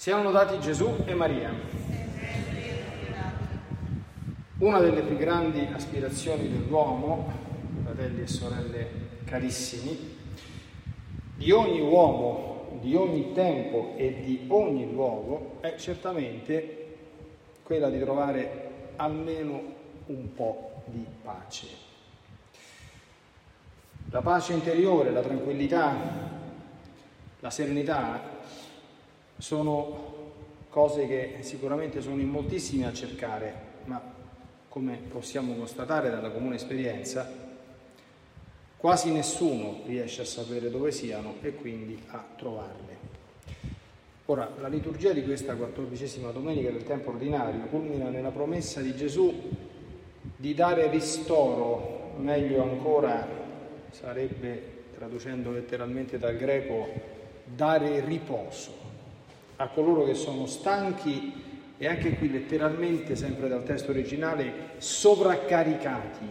Siano lodati Gesù e Maria. Una delle più grandi aspirazioni dell'uomo, fratelli e sorelle carissimi, di ogni uomo, di ogni tempo e di ogni luogo, è certamente quella di trovare almeno un po' di pace. La pace interiore, la tranquillità, la serenità sono cose che sicuramente sono in moltissimi a cercare, ma come possiamo constatare dalla comune esperienza, quasi nessuno riesce a sapere dove siano e quindi a trovarle. Ora, la liturgia di questa 14ª domenica del tempo ordinario culmina nella promessa di Gesù di dare ristoro, meglio ancora sarebbe, traducendo letteralmente dal greco, dare riposo a coloro che sono stanchi e anche qui letteralmente, sempre dal testo originale, sovraccaricati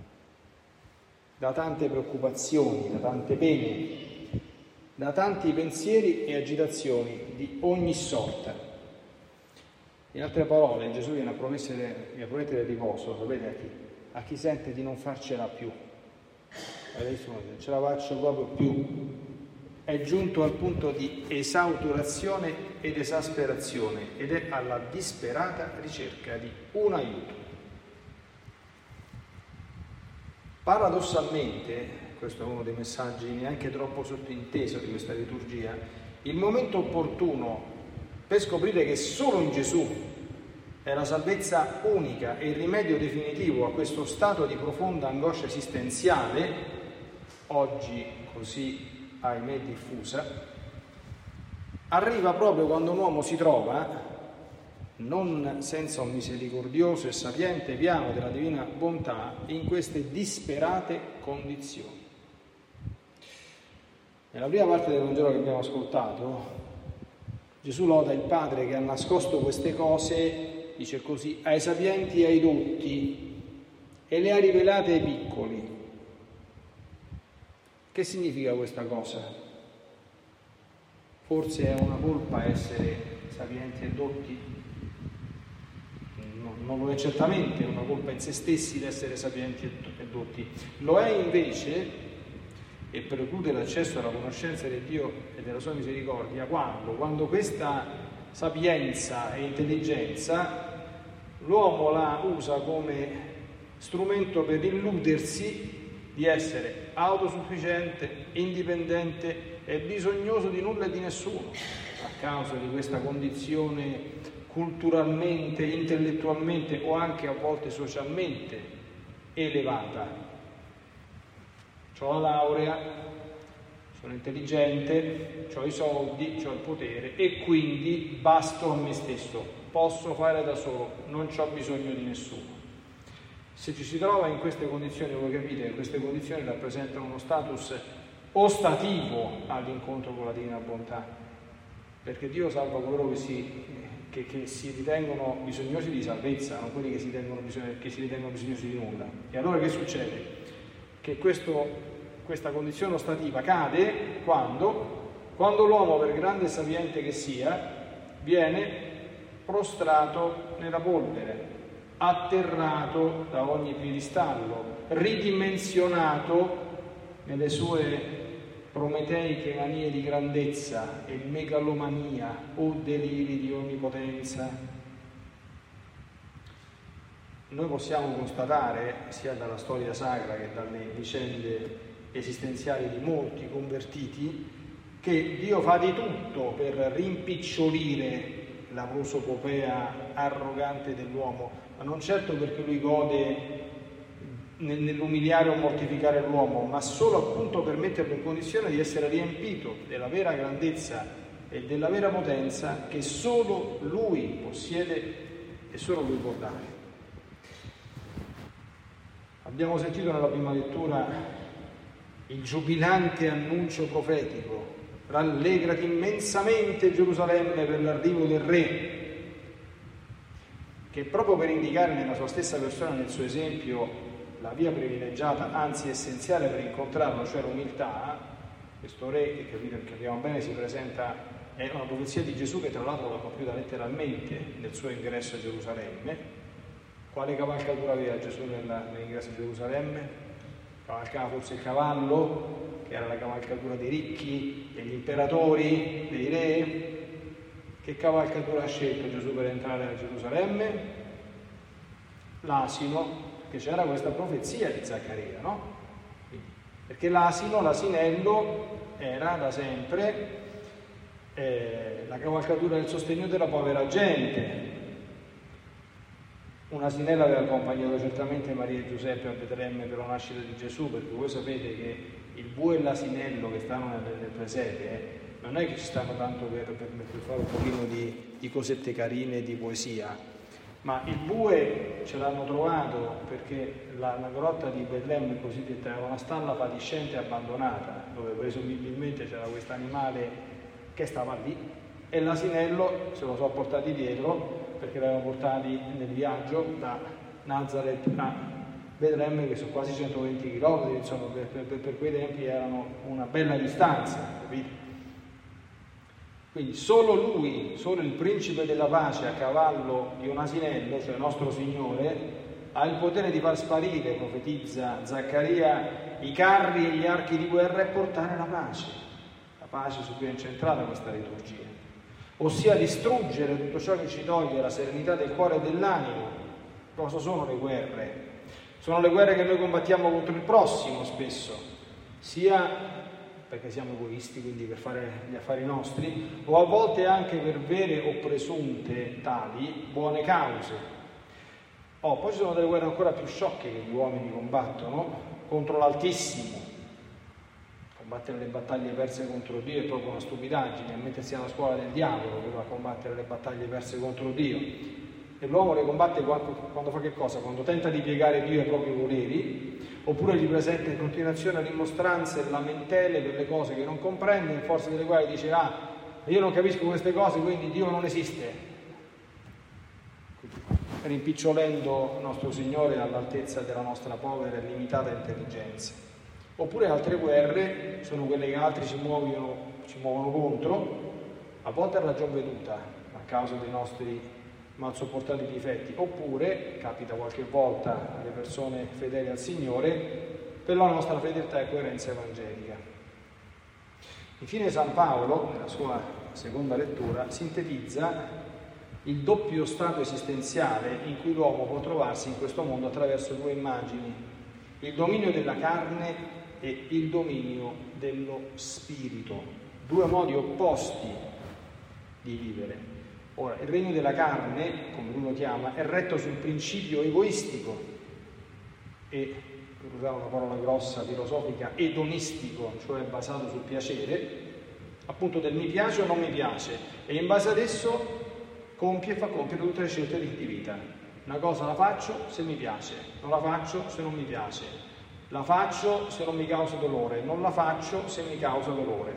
da tante preoccupazioni, da tante pene, da tanti pensieri e agitazioni di ogni sorta. In altre parole, Gesù viene a promettere riposo, sapete a chi sente di non farcela più. Adesso non ce la faccio proprio più. È giunto al punto di esautorazione ed esasperazione ed è alla disperata ricerca di un aiuto. Paradossalmente, questo è uno dei messaggi neanche troppo sottinteso di questa liturgia, il momento opportuno per scoprire che solo in Gesù è la salvezza unica e il rimedio definitivo a questo stato di profonda angoscia esistenziale, oggi così ahimè diffusa, arriva proprio quando un uomo si trova, non senza un misericordioso e sapiente piano della divina bontà, in queste disperate condizioni. Nella prima parte del Vangelo che abbiamo ascoltato, Gesù loda il Padre che ha nascosto queste cose, dice così, ai sapienti e ai dotti e le ha rivelate ai piccoli. Che significa questa cosa? Forse è una colpa essere sapienti e dotti? No, non lo è certamente, è una colpa in se stessi l'essere sapienti e dotti. Lo è invece, e preclude l'accesso alla conoscenza di Dio e della sua misericordia, quando questa sapienza e intelligenza l'uomo la usa come strumento per illudersi di essere autosufficiente, indipendente e bisognoso di nulla e di nessuno, a causa di questa condizione culturalmente, intellettualmente o anche a volte socialmente elevata. C'ho la laurea, sono intelligente, c'ho i soldi, c'ho il potere e quindi basto a me stesso, posso fare da solo, non c'ho bisogno di nessuno. Se ci si trova in queste condizioni, voi capite che queste condizioni rappresentano uno status ostativo all'incontro con la divina bontà, perché Dio salva coloro che si ritengono bisognosi di salvezza, non quelli che si ritengono bisognosi di nulla. E allora che succede? Che questa condizione ostativa cade quando l'uomo, per grande e sapiente che sia, viene prostrato nella polvere, atterrato da ogni piedistallo, ridimensionato nelle sue prometeiche manie di grandezza e megalomania o deliri di onnipotenza. Noi possiamo constatare, sia dalla storia sacra che dalle vicende esistenziali di molti convertiti, che Dio fa di tutto per rimpicciolire la prosopopea arrogante dell'uomo, ma non certo perché lui gode nell'umiliare o mortificare l'uomo, ma solo appunto per metterlo in condizione di essere riempito della vera grandezza e della vera potenza che solo lui possiede e solo lui può dare. Abbiamo sentito nella prima lettura il giubilante annuncio profetico: rallegrati immensamente Gerusalemme per l'arrivo del Re, che proprio per indicare nella sua stessa persona, nel suo esempio, la via privilegiata, anzi essenziale per incontrarlo, cioè l'umiltà, questo Re, che capite, capiamo bene, si presenta è una profezia di Gesù che tra l'altro l'ha compiuta letteralmente nel suo ingresso a Gerusalemme. Quale cavalcatura aveva Gesù nell'ingresso a Gerusalemme? Cavalcava forse il cavallo, che era la cavalcatura dei ricchi, degli imperatori, dei re. Che cavalcatura ha scelto Gesù per entrare a Gerusalemme? L'asino, che c'era questa profezia di Zaccaria, no? Perché l'asinello era da sempre la cavalcatura del sostegno della povera gente. Un'asinella aveva accompagnato certamente Maria e Giuseppe a Betlemme per la nascita di Gesù, perché voi sapete che il bue e l'asinello che stanno nel presepe non è che ci stanno tanto per fare un pochino di cosette carine, di poesia, ma il bue ce l'hanno trovato perché la grotta di Betlemme cosiddetta era una stalla fatiscente abbandonata, dove presumibilmente c'era questo animale che stava lì, e l'asinello se lo sono portati dietro perché l'avevano portati nel viaggio da Nazareth a Betlemme, che sono quasi 120 km, insomma per quei tempi erano una bella distanza, capite? Quindi solo lui, solo il principe della pace a cavallo di un asinello, cioè il nostro Signore, ha il potere di far sparire, profetizza Zaccaria, i carri e gli archi di guerra e portare la pace su cui è incentrata questa liturgia. Ossia distruggere tutto ciò che ci toglie la serenità del cuore e dell'animo. Cosa sono le guerre? Sono le guerre che noi combattiamo contro il prossimo spesso, sia perché siamo egoisti, quindi per fare gli affari nostri, o a volte anche per vere o presunte tali buone cause. Poi ci sono delle guerre ancora più sciocche che gli uomini combattono contro l'Altissimo. Combattere le battaglie perse contro Dio è proprio una stupidaggine, a mettersi alla scuola del diavolo che va a combattere le battaglie perse contro Dio. E l'uomo le combatte quando fa che cosa? Quando tenta di piegare Dio ai propri voleri, oppure gli presenta in continuazione rimostranze e lamentele per le cose che non comprende, in forza delle quali dice: io non capisco queste cose, quindi Dio non esiste, rimpicciolendo nostro Signore all'altezza della nostra povera e limitata intelligenza. Oppure altre guerre sono quelle che altri ci muovono contro, a volte a ragion veduta, a causa dei nostri mal sopportati difetti, oppure, capita qualche volta alle persone fedeli al Signore, per la nostra fedeltà e coerenza evangelica. Infine San Paolo, nella sua seconda lettura, sintetizza il doppio stato esistenziale in cui l'uomo può trovarsi in questo mondo attraverso due immagini: il dominio della carne e il dominio dello spirito, due modi opposti di vivere. Ora, il regno della carne, come lui lo chiama, è retto sul principio egoistico e, per usare una parola grossa, filosofica, edonistico, cioè basato sul piacere, appunto del mi piace o non mi piace, e in base ad esso compie e fa compiere tutte le scelte di vita. Una cosa la faccio se mi piace, non la faccio se non mi piace. La faccio se non mi causa dolore, non la faccio se mi causa dolore.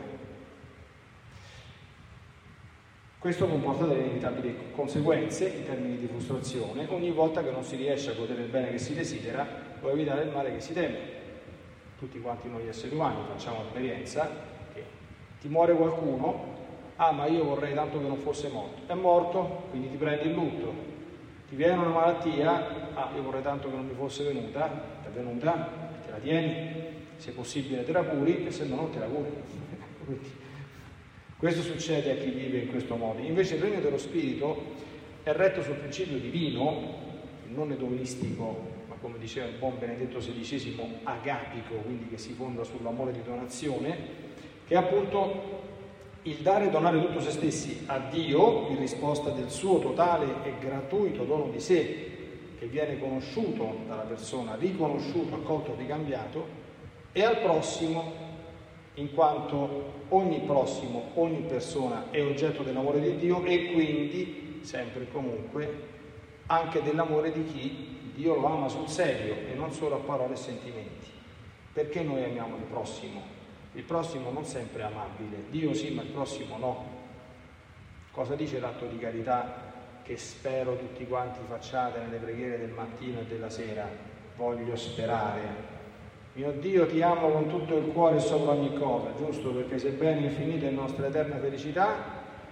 Questo comporta delle inevitabili conseguenze in termini di frustrazione ogni volta che non si riesce a godere il bene che si desidera o evitare il male che si teme. Tutti quanti noi esseri umani facciamo l'esperienza che ti muore qualcuno, ma io vorrei tanto che non fosse morto. È morto, quindi ti prendi il lutto. Ti viene una malattia, io vorrei tanto che non mi fosse venuta, è venuta, la tieni, se possibile te la curi, e se no non te la curi. Questo succede a chi vive in questo modo. Invece il regno dello spirito è retto sul principio divino, non edonistico, ma come diceva il buon Benedetto XVI, agapico, quindi che si fonda sull'amore di donazione, che è appunto il dare e donare tutto se stessi a Dio in risposta del suo totale e gratuito dono di sé, che viene conosciuto dalla persona, riconosciuto, accolto, ricambiato, e al prossimo, in quanto ogni prossimo, ogni persona è oggetto dell'amore di Dio e quindi, sempre e comunque, anche dell'amore di chi Dio lo ama sul serio e non solo a parole e sentimenti. Perché noi amiamo il prossimo? Il prossimo non sempre è amabile, Dio sì, ma il prossimo no. Cosa dice l'atto di carità che spero tutti quanti facciate nelle preghiere del mattino e della sera? Voglio sperare. Mio Dio, ti amo con tutto il cuore e sopra ogni cosa, giusto? Perché sebbene infinita è nostra eterna felicità,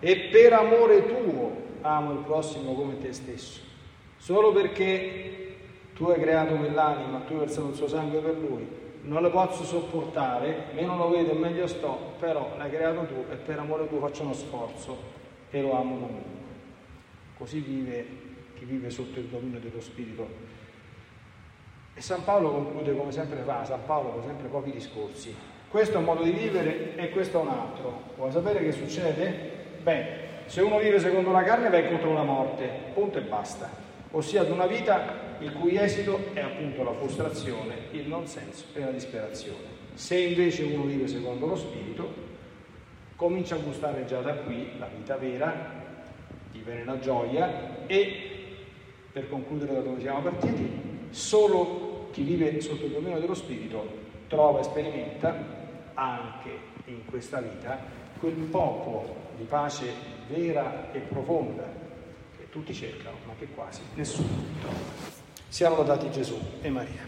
e per amore tuo amo il prossimo come te stesso. Solo perché tu hai creato quell'anima, tu hai versato il suo sangue per lui, non lo posso sopportare, meno lo vedo e meglio sto, però l'hai creato tu e per amore tuo faccio uno sforzo e lo amo comunque. Così vive chi vive sotto il dominio dello Spirito. E San Paolo conclude come sempre fa, San Paolo fa sempre pochi discorsi. Questo è un modo di vivere e questo è un altro. Vuoi sapere che succede? Beh, se uno vive secondo la carne va incontro alla morte, punto e basta. Ossia ad una vita il cui esito è appunto la frustrazione, il non senso e la disperazione. Se invece uno vive secondo lo Spirito, comincia a gustare già da qui la vita vera, vive la gioia e, per concludere da dove siamo partiti, solo chi vive sotto il dominio dello Spirito trova e sperimenta anche in questa vita quel poco di pace vera e profonda che tutti cercano ma che quasi nessuno trova. Siamo lodati Gesù e Maria.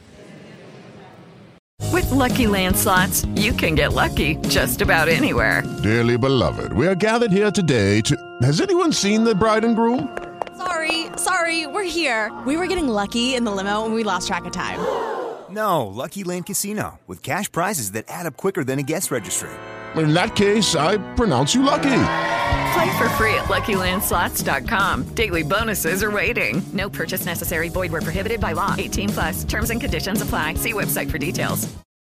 With Lucky Land Slots, you can get lucky just about anywhere. Dearly beloved, we are gathered here today to... Has anyone seen the bride and groom? Sorry, we're here. We were getting lucky in the limo and we lost track of time. No, Lucky Land Casino, with cash prizes that add up quicker than a guest registry. In that case, I pronounce you lucky. Play for free at LuckyLandSlots.com. Daily bonuses are waiting. No purchase necessary. Void where prohibited by law. 18+. Terms and conditions apply. See website for details.